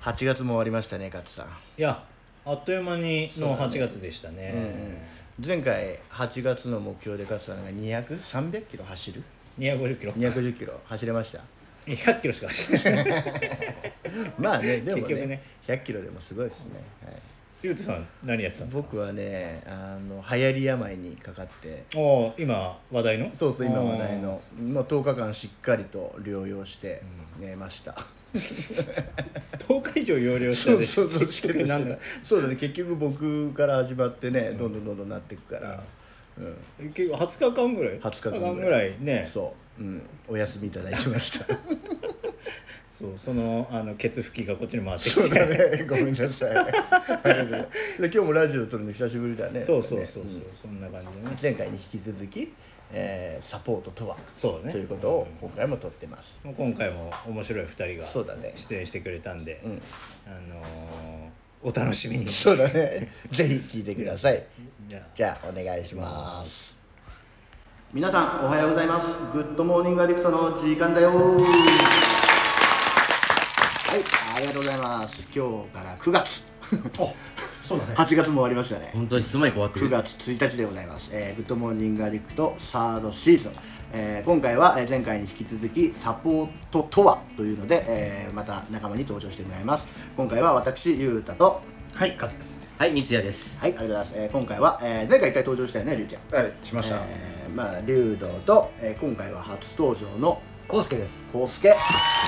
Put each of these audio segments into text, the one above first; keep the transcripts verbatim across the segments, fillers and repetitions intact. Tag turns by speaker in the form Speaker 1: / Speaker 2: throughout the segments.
Speaker 1: はちがつも終わりましたね、勝さん。
Speaker 2: いや、あっという間にのはちがつでしたね。
Speaker 1: うんうん、前回はちがつの目標で勝さんがにひゃく、さんびゃくキロ走る
Speaker 2: にひゃくごじゅっキロ
Speaker 1: にひゃくごじゅっキロ走れました。
Speaker 2: にひゃくキロしか走ってない
Speaker 1: まあね、でも ね,
Speaker 2: 結局ね
Speaker 1: ひゃくキロでもすごいですね、はい。
Speaker 2: ゆうとさん何やってたんですか？
Speaker 1: 僕はね、あの流行り病にかかって。
Speaker 2: お今話題の
Speaker 1: そうそう、今話題のもうとおかかんしっかりと療養して寝ました、
Speaker 2: うん、とおか以上療養したでしょ。
Speaker 1: そうそうそうしててなんだそうだね、結局僕から始まってね、どんどんどんどんなっていくから、うん
Speaker 2: うん、結構はつかかんぐらい
Speaker 1: はつかかん
Speaker 2: ぐらいね。
Speaker 1: そう、うん、お休みいただいてました
Speaker 2: そう、そのあのケツ拭きがこっちに回ってきて、
Speaker 1: そうだね、ごめんなさいで今日もラジオ撮るの久しぶりだね。
Speaker 2: そうそうそうそう、うん、そんな感じでね。
Speaker 1: 前回に引き続き、えー、サポートとは
Speaker 2: そうね
Speaker 1: ということを今回も撮ってます。
Speaker 2: もう今回も面白いふたりが
Speaker 1: そうだね
Speaker 2: 出演してくれたんで、
Speaker 1: うん、
Speaker 2: あのー、お楽しみに。
Speaker 1: そうだねぜひ聞いてください。
Speaker 2: じゃあ、
Speaker 1: じゃあお願いします。皆さんおはようございます。グッドモーニングアディクトの時間だよ。はい、ありがとうございます。今日からくがつ
Speaker 2: お、そうだね、
Speaker 1: はちがつも終わりましたね。
Speaker 3: 本当にいつの間にか終わってる。
Speaker 1: くがつついたちでございます。えー、グッドモーニングアディクトサードシーズン、えー、今回は前回に引き続きサポートとはというので、えー、また仲間に登場してもらいます。今回は私ゆうたと、
Speaker 2: はい、カズです。
Speaker 3: はい、三ツ矢です。
Speaker 1: はい、ありがとうございます。えー、今回は、えー、前回いっかい登場したよね、りゅうちゃん。
Speaker 4: はい、しました。
Speaker 1: えー、まあ竜道と、えー、今回は初登場の
Speaker 3: コウスケです。
Speaker 1: コウスケ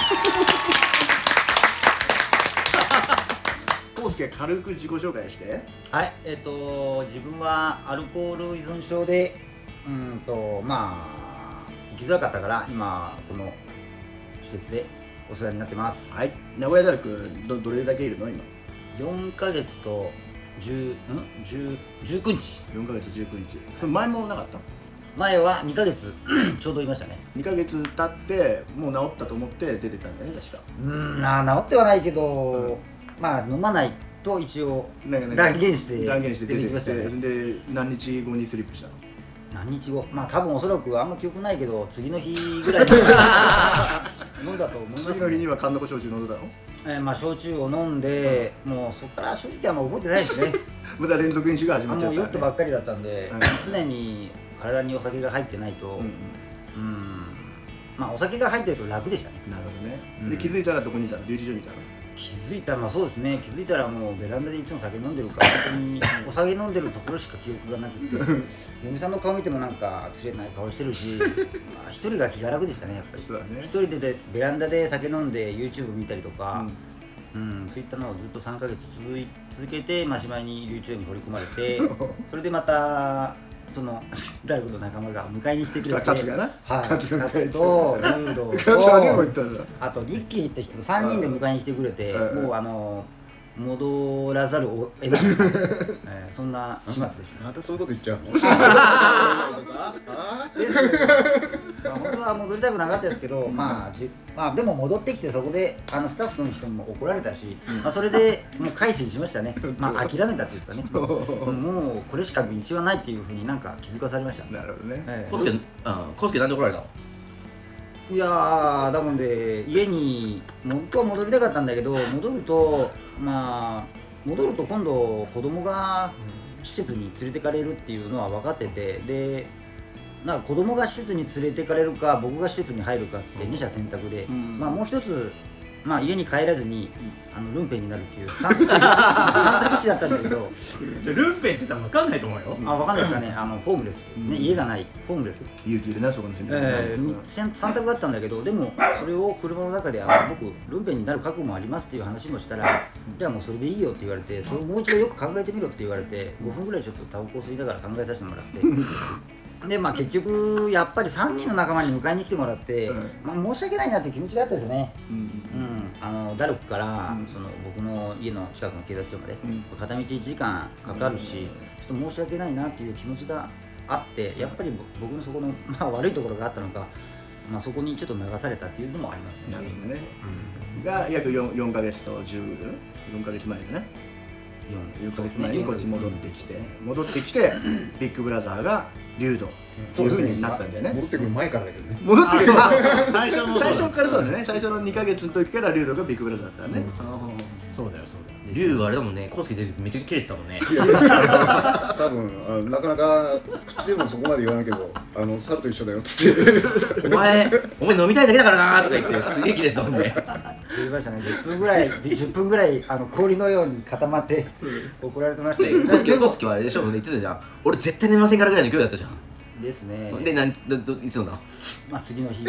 Speaker 1: コウスケ、軽く自己紹介して。
Speaker 3: はい、えっ、ー、と自分はアルコール依存症でうんとまあ生きづらかったから今この施設でお世話になってます。
Speaker 1: はい、名古屋大学 ど, どれだけいるの今？
Speaker 3: よんかげつとじゅう、んじゅう、じゅうくにち。
Speaker 1: よんかげつじゅうくにち。それ前もなかった？
Speaker 3: 前はにかげつちょうどいましたね。
Speaker 1: にかげつ経ってもう治ったと思って出てたんだね、確か。
Speaker 3: うーん、な治ってはないけど、うん、まあ飲まないと一応断言して
Speaker 1: 断言して出てき
Speaker 3: ましたね。
Speaker 1: で何日後にスリップしたの？
Speaker 3: 何日後、まあ多分おそらくあんま記憶ないけど次の日ぐらいに飲んだと思います、ね、
Speaker 1: 次の日には缶の子焼酎飲んでたの？
Speaker 3: えー、まあ焼酎を飲んで、うん、もうそこから正直はもう覚えてないですね
Speaker 1: また連続飲酒が始まっちゃった、ね、
Speaker 3: もう酔ってばっかりだったんで、うん、常に体にお酒が入ってないと、うん、うん、まあお酒が入ってると楽でしたね。
Speaker 1: なるほどね、
Speaker 3: うん、
Speaker 1: で気づいたらどこにいたの？留置所にいたの？
Speaker 3: 気づいたら、まあそうですね、気づいたらもうベランダでいつも酒飲んでるから本当にお酒飲んでるところしか記憶がなくて嫁さんの顔見てもなんかつれない顔してるし、まあ、一人が気が楽でしたね、やっぱり。
Speaker 1: そうだね、
Speaker 3: 一人でベランダで酒飲んで YouTube 見たりとか、うん、うん、そういったのをずっとさんかげつ続い続けて、まあ、しまいに YouTube に掘り込まれてそれでまたその大学の仲間が迎えに来てくれて、
Speaker 1: カツがな、
Speaker 3: はい、カツとルードとあとリッキーって人さんにんで迎えに来てくれて、もうあの戻らざるを得ない、えー、そんな始末でした。
Speaker 4: またそういうこと言っちゃうの？
Speaker 3: ですまあ、本当は戻りたくなかったですけど、まあ、じまあでも戻ってきてそこであのスタッフの人も怒られたし、まあ、それでもう改心しましたね。まあ諦めたっていうんですかねもうこれしか道はないっていうふうになんか気づかされました。
Speaker 1: なるほどね。
Speaker 3: えー、 コウスケ、うん、コウスケなんで怒られたの？いやー、だもんで家に本当は戻りたかったんだけど、戻るとまあ戻ると今度子供が施設に連れてかれるっていうのは分かってて、でなんか子供が施設に連れてかれるか僕が施設に入るかって二者選択で、うん、まあもう一つ、まあ、家に帰らずにあのルンペンになるっていう三択肢だったんだけど
Speaker 2: ルンペンって言ったら分かんないと思うよ。
Speaker 3: あ、分かんないですかね。あのホームレスですね、うん、家がないホームレス。
Speaker 1: 勇気いるな、そこの選択、
Speaker 3: えー、さん択があったんだけど、でもそれを車の中であの僕ルンペンになる覚悟もありますっていう話もしたら、じゃあもうそれでいいよって言われて、それをもう一度よく考えてみろって言われてごふんぐらいちょっとタバコを吸いながら考えさせてもらってで、まあ、結局やっぱりさんにんの仲間に迎えに来てもらって、まあ、申し訳ないなっていう気持ちがあったですよね。うん、うん、あのダルクから、うん、その僕の家の近くの警察署まで、うん、片道いちじかんかかるし、ちょっと申し訳ないなっていう気持ちがあって、やっぱり僕のそこの、まあ、悪いところがあったのか、まあ、そこにちょっと流されたっていうのもありますね。
Speaker 1: なるほどね、うん、が約 4, よんかげつとじゅうよんかげつまえだね。よんかげつまえにこっち戻ってきて、戻ってきてビッグブラザーが竜道っていう風になったんだよね。
Speaker 4: 戻ってくる前からだけどね。
Speaker 1: 戻ってくる
Speaker 2: 最初の
Speaker 1: 最初からそうだね。最初のにかげつの時から竜道がビッグブラザーだったね。
Speaker 2: そうだよそうだよ。
Speaker 5: 龍はあれだもんね、コウスケ出るとめちゃくちゃ切れてたもんね。
Speaker 4: いや多分あのなかなか口でもそこまで言わないけど、あの猿と一緒だよっつって
Speaker 5: お前お前飲みたいだけだからなーとか言ってすげえ切れてたもんね。
Speaker 3: 言いましたね。じゅっぷんぐらいじゅっぷんぐらいあの氷のように固まって怒られてましたよ。
Speaker 5: コウスケコウスケはあれでしょ、言ってたじゃん。俺絶対寝ませんからぐらいの勢いだったじゃん。
Speaker 3: ですね。
Speaker 5: でなんどどいつのだ。
Speaker 3: まあ次の日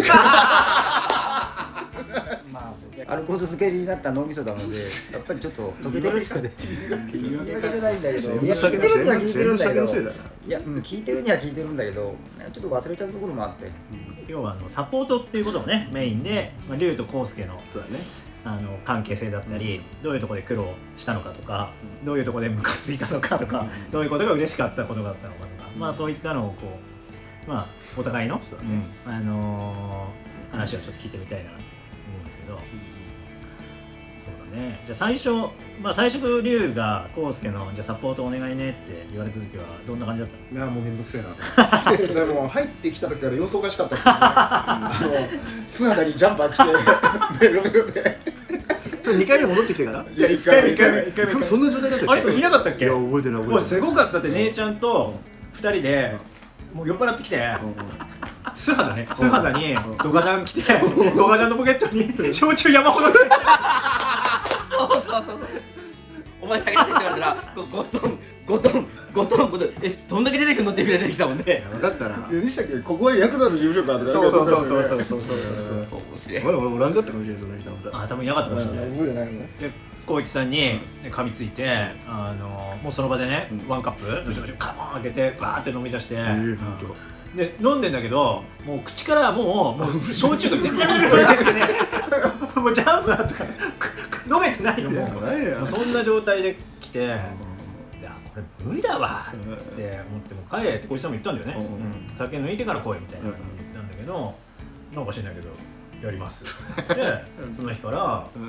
Speaker 3: まあそうですね、アルコール漬けになった脳みそなのでやっぱりちょっと溶けてるんですよね。言い訳じゃないんだけど、いや聞いてるには聞いてるんだけど、いや、うん、聞いてるには聞いてるんだけど、ちょっと忘れちゃうところもあって、
Speaker 2: 要はあのサポートっていうことをねメインで、まあ、龍と康介の
Speaker 1: そうだね。
Speaker 2: あの関係性だったり、どういうところで苦労したのかとか、どういうところでムカついたのかとか、どういうことが嬉しかったことがあったのかとか、まあそういったのをこうまあお互いの、
Speaker 1: そうだね。
Speaker 2: あのー、話をちょっと聞いてみたいなと思うんですけど、そうだね。じゃあ最初、まあ最初龍が康介のじゃあサポートお願いねって言われた時はどんな感じだったの？
Speaker 4: いやもうめんどくせえなとでも入ってきた時から様子おかしかったですよね。あの姿にジャンパー着てベロベロで
Speaker 1: にかいめ戻ってきてから。
Speaker 4: いや一回目
Speaker 2: 一回目一回目
Speaker 1: そんな状態だったっけ？
Speaker 2: あれいなかったっけ？
Speaker 1: いや覚えてない覚えてない。
Speaker 2: もうすごかったって、姉ちゃんとふたりでもう酔っ払ってきて、素肌ね、素肌にドカジャン着て、ドカジャンのポケットに焼酎山ほどで
Speaker 5: そうそうそうそう。お前探してって言われたら、こうゴトンゴトンゴトンゴトン、えどんだけ出てくんのってぐらい出てきたもんね。
Speaker 1: 分かったな。
Speaker 4: いやでしたっけ、ここはヤクザの事務所かとか
Speaker 2: そうそうそうそう
Speaker 4: う
Speaker 2: そうそうそう
Speaker 5: 面白い。
Speaker 1: 俺俺おらんかったかもしれないそんな人また。
Speaker 2: あ、多分いなかったかもしれない。
Speaker 4: 覚えてないの。
Speaker 2: で、光一さんに噛みついて、あのもうその場でね、ワンカップどしどしカモン開けてバーって飲み出して、
Speaker 1: ええ本当。
Speaker 2: で飲んでんだけど、もう口からもうもう焼酎が出てるね。もうジャンプだとか飲めてないよもう。
Speaker 1: もうないや
Speaker 2: もうそんな状態で来て、じゃあこれ無理だわって思ってもう帰れって小石さんも言ったんだよね。うん酒抜いてから来いみたいな言ったんだけど、なんか知んないけどやります。でその日からあの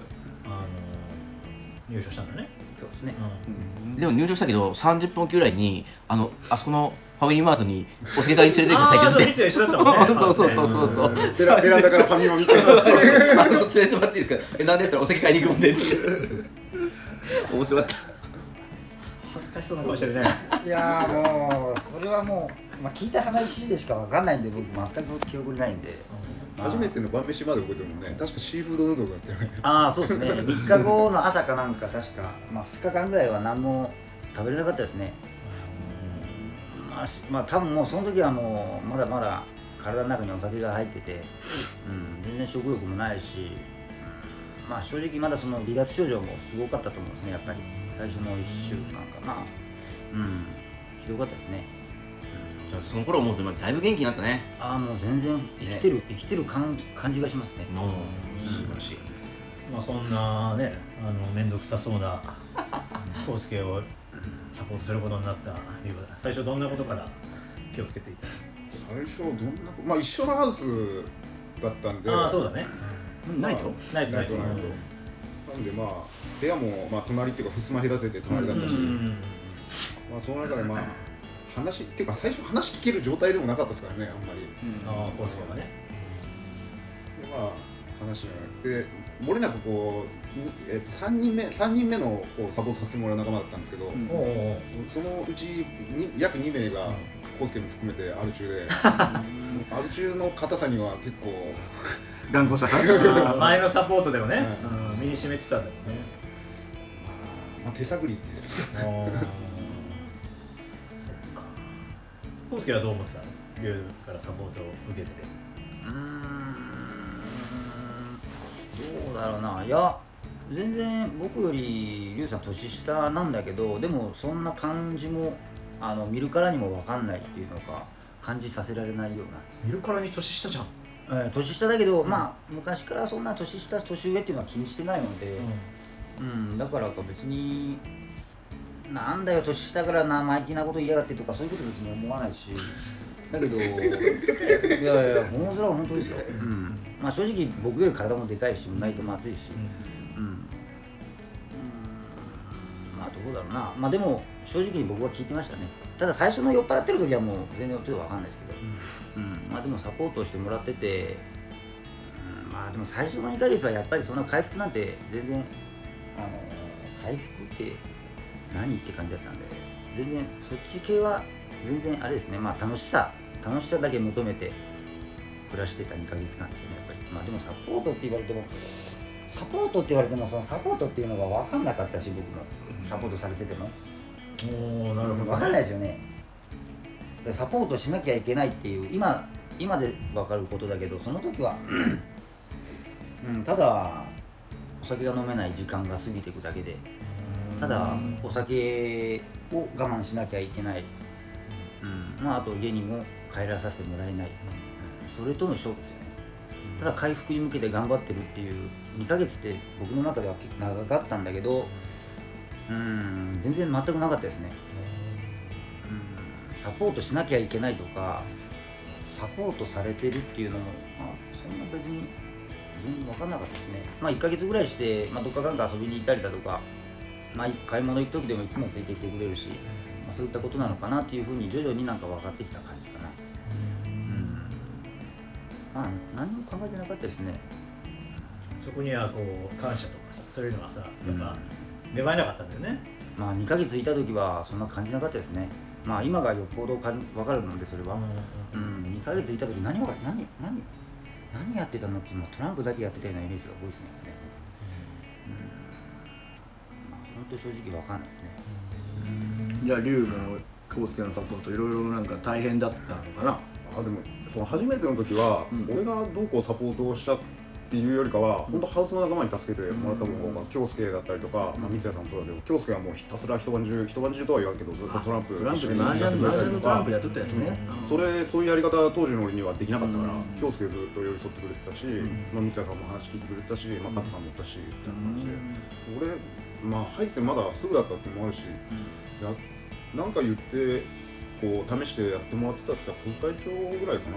Speaker 2: 入所したんだね。
Speaker 3: そうですね。
Speaker 5: でも入場したけどさんじゅっぷんぐらいにあのあそこのファミリーマートにお酒代に連れて行って
Speaker 2: ああ、そう三つ一緒だったもんね。
Speaker 5: そうそうそうそうそう。
Speaker 4: ベラベランダからファミマ見て
Speaker 5: あの連れてもらっていいですか。えなんでやったらお酒買いに行くもんでって。面白かった。
Speaker 2: 恥ずかしそうな顔してるね。
Speaker 3: いやーもうそれはもう、まあ、聞いた話でしかわかんないんで僕全く記憶にないんで。
Speaker 4: 初めての晩飯まで覚えてるもんね。確かシーフードヌードルだったよね。
Speaker 3: ああそうですね。みっかごの朝かなんか確か、まあ、ふつかかんぐらいは何も食べれなかったですね。まあ、まあ多分もうその時はもうまだまだ体の中にお酒が入ってて、うん、全然食欲もないし、うん、まあ正直まだその離脱症状もすごかったと思うんですね。やっぱり最初のいっしゅうかんかまあうんひどかったですね。
Speaker 5: その頃思うとだいぶ元気になったね。
Speaker 3: ああもう全然生きてる、ね、生きてる感感じがしますね。
Speaker 5: もう素晴らしい。
Speaker 2: まあそんなね、あの面倒くさそうな康介をサポートすることになった理由だ。最初どんなことから気をつけていった？
Speaker 4: 最初どんなこまあ一緒のハウスだったんで。
Speaker 2: ああそうだね。
Speaker 1: ないと？
Speaker 2: ないとないと。
Speaker 4: なんでまあ部屋もまあ隣っていうか襖隔てて隣だったし、まあその中でまあ話っていうか最初話聞ける状態でもなかったですからね、あんまり。
Speaker 2: ああ康介がね。
Speaker 4: でまあ話がで漏れなくこう、えっとさんにんめさんにんめのこうサポートさせてもらう仲間だったんですけど、
Speaker 2: おお。
Speaker 4: そのうちに約にめいが康介も含めてアル中で、アル中の硬さには結構
Speaker 1: 頑固さ。
Speaker 2: あ前のサポートでもね、
Speaker 4: はい
Speaker 2: うん、身に染めてたんだよね。
Speaker 4: まあ、まあ手探りです。
Speaker 2: ああ。そっか。康介はどう思ってたの？龍からサポートを受けてて。
Speaker 3: うーんどうだろうな。いや全然僕よりリュウさん年下なんだけど、でもそんな感じもあの見るからにも分かんないっていうのか感じさせられないような、
Speaker 2: 見るからに年下じゃん。
Speaker 3: えー年下だけど、まあ昔からそんな年下年上っていうのは気にしてないので、うんだからか別になんだよ年下から生意気なこと言いやがってとかそういうこと別に思わないし、だけどいやいやもうそれは本当ですよ、うんまあ、正直僕より体もでかいし胸板も厚いし、うんうんまあどうだろうな。まあでも正直に僕は聞いてましたね。ただ最初の酔っ払ってる時はもう全然ちょっとわかんないですけど、うん、まあでもサポートしてもらってて、うん、まあでも最初のにかげつはやっぱりそんな回復なんて全然あの回復って何って感じだったんで、全然そっち系は全然あれですね。まあ楽しさ楽しさだけ求めて暮らしてたにかげつかんですね、やっぱり。まあでもサポートって言われてもサポートって言われてもそのサポートっていうのが分かんなかったし、僕もサポートされてても
Speaker 2: おお、なるほど、ね、
Speaker 3: 分かんないですよね。でサポートしなきゃいけないっていう今今で分かることだけど、その時は、うん、ただお酒が飲めない時間が過ぎていくだけで、ただお酒を我慢しなきゃいけない、うん、まああと家にも帰らさせてもらえない、うん、それとの勝負ですよね。ただ回復に向けて頑張ってるっていうにかげつって僕の中では結構長かったんだけど、うん、全然全くなかったですね。うん、サポートしなきゃいけないとかサポートされてるっていうのも、まあ、そんな別に全然分かんなかったですね。まあいっかげつぐらいして、まあ、どっかかんか遊びに行ったりだとか、まあ、買い物行く時でもいつもついてきてくれるし、まあ、そういったことなのかなっていうふうに徐々になんか分かってきた感じかな。うん、まあ何も考えてなかったですね。
Speaker 2: そこにはこう感謝とかさ、そういうのがさ、やっぱ芽生えなかったんだよね。
Speaker 3: まあにかげついた時はそんな感じなかったですね。まあ今がよっぽどか分かるのでそれは、うんうん、にかげついた時何が何何何やってたのっていうのはトランプだけやってたようなイメージが多いですね。うん、まあ本当正直分かんないですね。
Speaker 1: じゃあ龍も康介のサポートいろいろなんか大変だったのかな。
Speaker 4: あでもその初めての時は、うん、俺がどうこうサポートをしたっていうよりかは、うん、本当ハウスの仲間に助けてもらった方が、京介だったりとか、うんまあ、三谷さんもそうだけど、京介はもうひたすら一晩中一晩中とは言わんけどずっとトランプ
Speaker 1: トランプでマージャンのトランプやっとったやつね、
Speaker 4: うん、それそういうやり方当時の俺にはできなかったから、京介ずっと寄り添ってくれてたし、うんまあ、三谷さんも話聞いてくれてたし、まあ、勝さんもおったしみたいな感じで、俺まあ入ってまだすぐだったっていうのもあるし、やなんか言ってこう試してやってもらってたって言ったら小遣い帳ぐらいかな。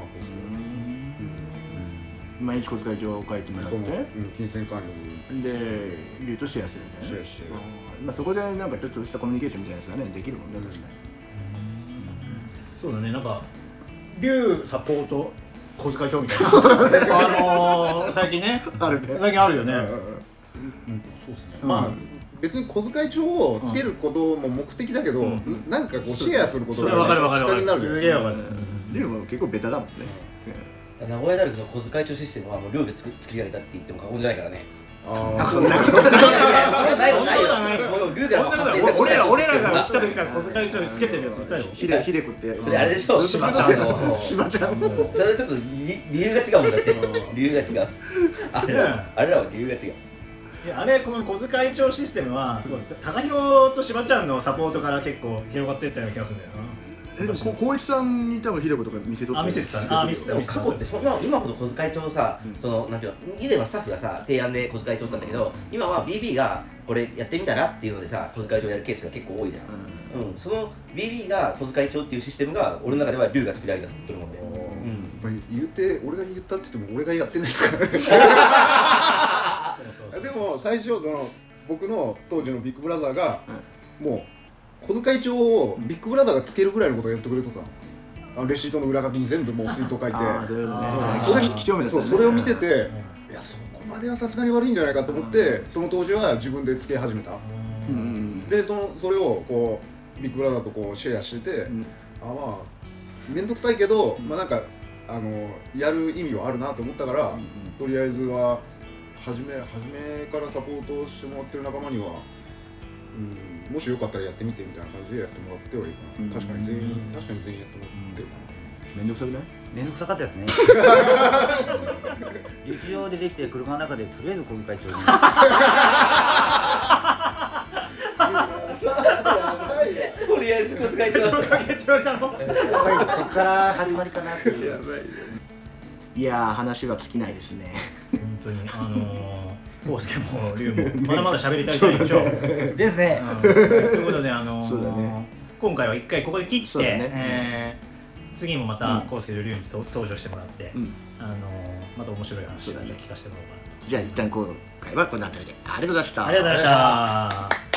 Speaker 1: 毎日小遣い帳を書いてもらって、うん、
Speaker 4: 金銭管理
Speaker 1: で龍とシェアするんだよね。
Speaker 4: シェアして、
Speaker 1: まあ、そこでなんかちょっとしたコミュニケーションみたいなやつがねできるもんね、確かに。
Speaker 2: そうだね、なんか龍サポート小遣い帳みたいなあのー、最近ね
Speaker 1: あるね、
Speaker 2: 最近あるよね。うん、うん、
Speaker 4: そうですね。まあ別に小遣い帳をつけることも目的だけど、うん、なんかこうシェアすることが
Speaker 2: きっかけになる。すげえわかる。
Speaker 1: 龍も結構ベタだもんね。
Speaker 5: 名古屋大学の小遣い帳システムはもう寮で作り上げたって言っても過言じゃないからね。
Speaker 4: ああ、
Speaker 5: ないよないよ。寮から発生した
Speaker 2: 俺ら俺らが来た時から小遣い帳につけてるやついたよ。
Speaker 1: ひでひでくって
Speaker 5: それあれでしょ。しばちゃんの。
Speaker 1: しばちゃん。
Speaker 5: それちょっと理由が違うもんだって。理由が違う。あれらあれらは理由が違う。
Speaker 2: いやあれこの小遣い帳システムは高弘としばちゃんのサポートから結構広がっていったような気がするんだよな。
Speaker 1: えでも光一さんに多分ひでことか見せとった。
Speaker 2: あ見せてた。あ見せてた。
Speaker 5: 過去って今今ほど小遣い帳さ、うん、そのなんていうの以前はスタッフがさ提案で小遣い帳だったんだけど、今は ビービー がこれやってみたらっていうのでさ小遣い帳やるケースが結構多いじゃん。うん、うん、その ビービー が小遣い帳っていうシステムが俺の中では龍が作り上げたと思うんだよ。
Speaker 4: うん、言って俺が言ったって言っても俺がやってないですからね。
Speaker 2: そうそうそう
Speaker 4: でも最初その僕の当時のビッグブラザーが、うん、もう小遣い帳をビッグブラザーがつけるぐらいのことをやってくれとったの。あのレシートの裏書きに全部もう水筒書いて、それを見てて、いやそこまではさすがに悪いんじゃないかと思って、その当時は自分でつけ始めた。うん、でそのそれをこうビッグブラザーとこうシェアしてて、うん、あまあ面倒くさいけど、うん、まあなんかあのやる意味はあるなと思ったから、うん、とりあえずは初め初めからサポートしてもらってる仲間には。うん、もしよかったらやってみてみたいな感じでやってもらってはいいかな、うん、確かに全員確かに全員やってもらってるかな。
Speaker 1: めんどくさくない？
Speaker 3: めんどくさかったですね。日常でできて車の中でとりあえず小遣い帳に
Speaker 5: とりあえず小遣い帳
Speaker 2: かけて言われたの。
Speaker 3: そこから始まりかなっていう。
Speaker 1: いやー話は尽きないですね。
Speaker 2: 本当にあのー康介も龍もまだまだ喋りたいでしょ
Speaker 3: ですね、
Speaker 2: うん、ということで、あのー
Speaker 1: ね、
Speaker 2: 今回は一回ここで切って、
Speaker 1: ね
Speaker 2: えー、次もまた康介と龍にと登場してもらって、うん、あのー、また面白い話を聞かせてもらおうかなと。
Speaker 1: じゃあ一旦今回はこの辺りでありがとうございました。
Speaker 2: ありがとうございました。